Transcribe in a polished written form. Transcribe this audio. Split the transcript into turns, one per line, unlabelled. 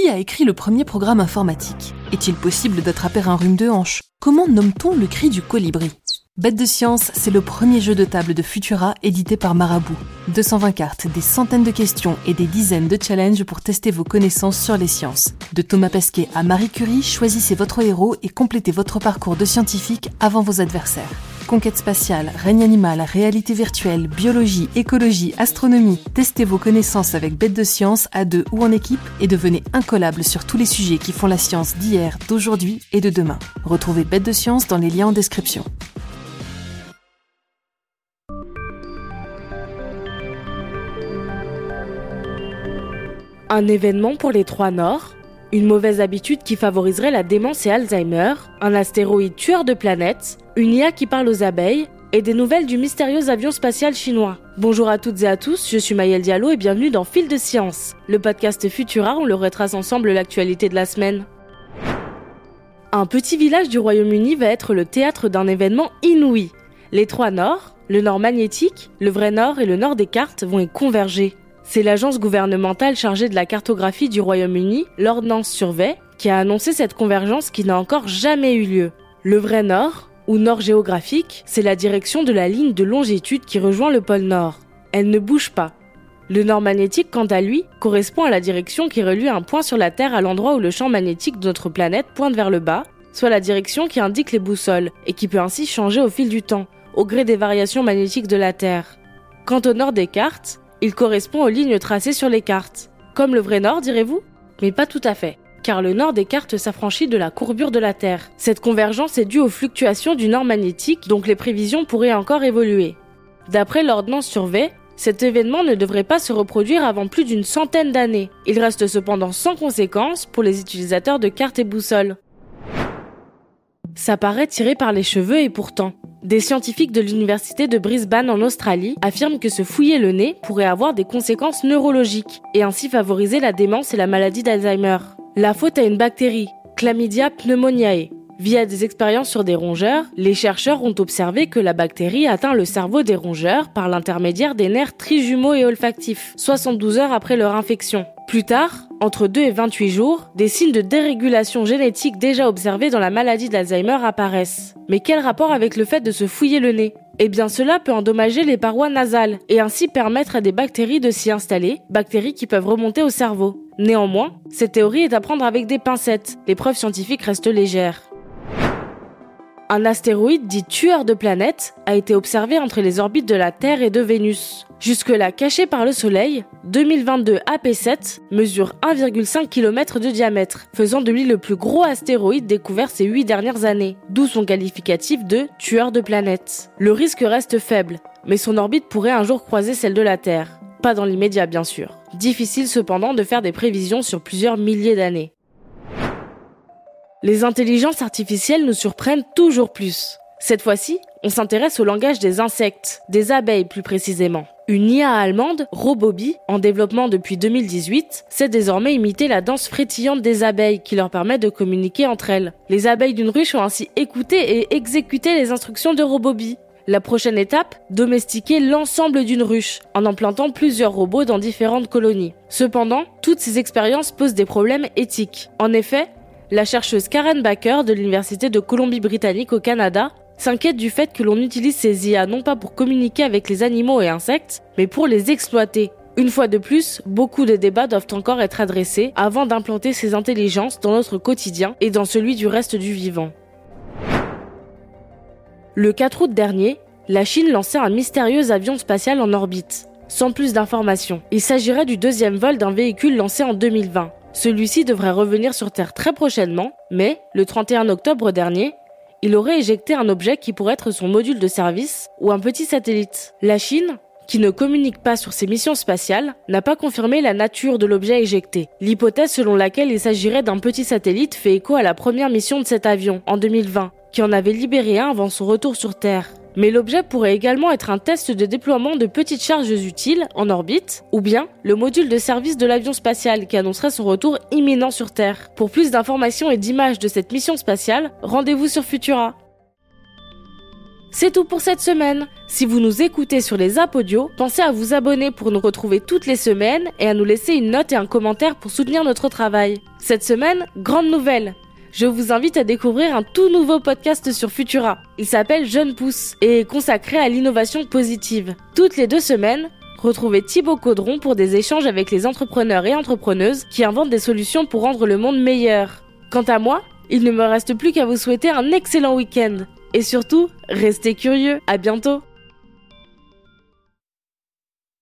Qui a écrit le premier programme informatique ? Est-il possible d'attraper un rhume de hanche ? Comment nomme-t-on le cri du colibri ? Bête de science, c'est le premier jeu de table de Futura édité par Marabout. 220 cartes, des centaines de questions et des dizaines de challenges pour tester vos connaissances sur les sciences. De Thomas Pesquet à Marie Curie, choisissez votre héros et complétez votre parcours de scientifique avant vos adversaires. Conquête spatiale, règne animal, réalité virtuelle, biologie, écologie, astronomie. Testez vos connaissances avec Bête de science à deux ou en équipe et devenez incollable sur tous les sujets qui font la science d'hier, d'aujourd'hui et de demain. Retrouvez Bête de science dans les liens en description.
Un événement pour les Trois Nord, une mauvaise habitude qui favoriserait la démence et Alzheimer, un astéroïde tueur de planètes, une IA qui parle aux abeilles et des nouvelles du mystérieux avion spatial chinois. Bonjour à toutes et à tous, je suis Maëlle Diallo et bienvenue dans Fil de Science, le podcast Futura où on le retrace ensemble l'actualité de la semaine. Un petit village du Royaume-Uni va être le théâtre d'un événement inouï. Les Trois Nord, le Nord magnétique, le vrai Nord et le Nord des cartes vont y converger. C'est l'agence gouvernementale chargée de la cartographie du Royaume-Uni, l'Ordnance Survey, qui a annoncé cette convergence qui n'a encore jamais eu lieu. Le vrai Nord, ou Nord géographique, c'est la direction de la ligne de longitude qui rejoint le pôle Nord. Elle ne bouge pas. Le Nord magnétique, quant à lui, correspond à la direction qui relie un point sur la Terre à l'endroit où le champ magnétique de notre planète pointe vers le bas, soit la direction qui indique les boussoles, et qui peut ainsi changer au fil du temps, au gré des variations magnétiques de la Terre. Quant au Nord des cartes, il correspond aux lignes tracées sur les cartes. Comme le vrai Nord, direz-vous ? Mais pas tout à fait, car le Nord des cartes s'affranchit de la courbure de la Terre. Cette convergence est due aux fluctuations du Nord magnétique, donc les prévisions pourraient encore évoluer. D'après l'Ordnance Survey, cet événement ne devrait pas se reproduire avant plus d'une centaine d'années. Il reste cependant sans conséquence pour les utilisateurs de cartes et boussoles. Ça paraît tiré par les cheveux et pourtant, des scientifiques de l'université de Brisbane en Australie affirment que se fouiller le nez pourrait avoir des conséquences neurologiques et ainsi favoriser la démence et la maladie d'Alzheimer. La faute à une bactérie, Chlamydia pneumoniae. Via des expériences sur des rongeurs, les chercheurs ont observé que la bactérie atteint le cerveau des rongeurs par l'intermédiaire des nerfs trijumeaux et olfactifs, 72 heures après leur infection. Plus tard, entre 2 et 28 jours, des signes de dérégulation génétique déjà observés dans la maladie d'Alzheimer apparaissent. Mais quel rapport avec le fait de se fouiller le nez ? Eh bien cela peut endommager les parois nasales et ainsi permettre à des bactéries de s'y installer, bactéries qui peuvent remonter au cerveau. Néanmoins, cette théorie est à prendre avec des pincettes, les preuves scientifiques restent légères. Un astéroïde dit tueur de planètes a été observé entre les orbites de la Terre et de Vénus. Jusque-là caché par le Soleil, 2022 AP7 mesure 1,5 km de diamètre, faisant de lui le plus gros astéroïde découvert ces 8 dernières années, d'où son qualificatif de tueur de planètes. Le risque reste faible, mais son orbite pourrait un jour croiser celle de la Terre. Pas dans l'immédiat bien sûr. Difficile cependant de faire des prévisions sur plusieurs milliers d'années. Les intelligences artificielles nous surprennent toujours plus. Cette fois-ci, on s'intéresse au langage des insectes, des abeilles plus précisément. Une IA allemande, Robobi, en développement depuis 2018, sait désormais imiter la danse frétillante des abeilles qui leur permet de communiquer entre elles. Les abeilles d'une ruche ont ainsi écouté et exécuté les instructions de Robobi. La prochaine étape, domestiquer l'ensemble d'une ruche, en implantant plusieurs robots dans différentes colonies. Cependant, toutes ces expériences posent des problèmes éthiques. En effet, la chercheuse Karen Baker de l'Université de Colombie-Britannique au Canada s'inquiète du fait que l'on utilise ces IA non pas pour communiquer avec les animaux et insectes, mais pour les exploiter. Une fois de plus, beaucoup de débats doivent encore être adressés avant d'implanter ces intelligences dans notre quotidien et dans celui du reste du vivant. Le 4 août dernier, la Chine lançait un mystérieux avion spatial en orbite. Sans plus d'informations, il s'agirait du deuxième vol d'un véhicule lancé en 2020. Celui-ci devrait revenir sur Terre très prochainement, mais, le 31 octobre dernier, il aurait éjecté un objet qui pourrait être son module de service ou un petit satellite. La Chine, qui ne communique pas sur ses missions spatiales, n'a pas confirmé la nature de l'objet éjecté. L'hypothèse selon laquelle il s'agirait d'un petit satellite fait écho à la première mission de cet avion, en 2020, qui en avait libéré un avant son retour sur Terre. Mais l'objet pourrait également être un test de déploiement de petites charges utiles en orbite, ou bien le module de service de l'avion spatial qui annoncerait son retour imminent sur Terre. Pour plus d'informations et d'images de cette mission spatiale, rendez-vous sur Futura. C'est tout pour cette semaine. Si vous nous écoutez sur les apps audio, pensez à vous abonner pour nous retrouver toutes les semaines et à nous laisser une note et un commentaire pour soutenir notre travail. Cette semaine, grande nouvelle. Je vous invite à découvrir un tout nouveau podcast sur Futura. Il s'appelle Jeune Pousse et est consacré à l'innovation positive. Toutes les 2 semaines, retrouvez Thibaut Caudron pour des échanges avec les entrepreneurs et entrepreneuses qui inventent des solutions pour rendre le monde meilleur. Quant à moi, il ne me reste plus qu'à vous souhaiter un excellent week-end. Et surtout, restez curieux. À bientôt.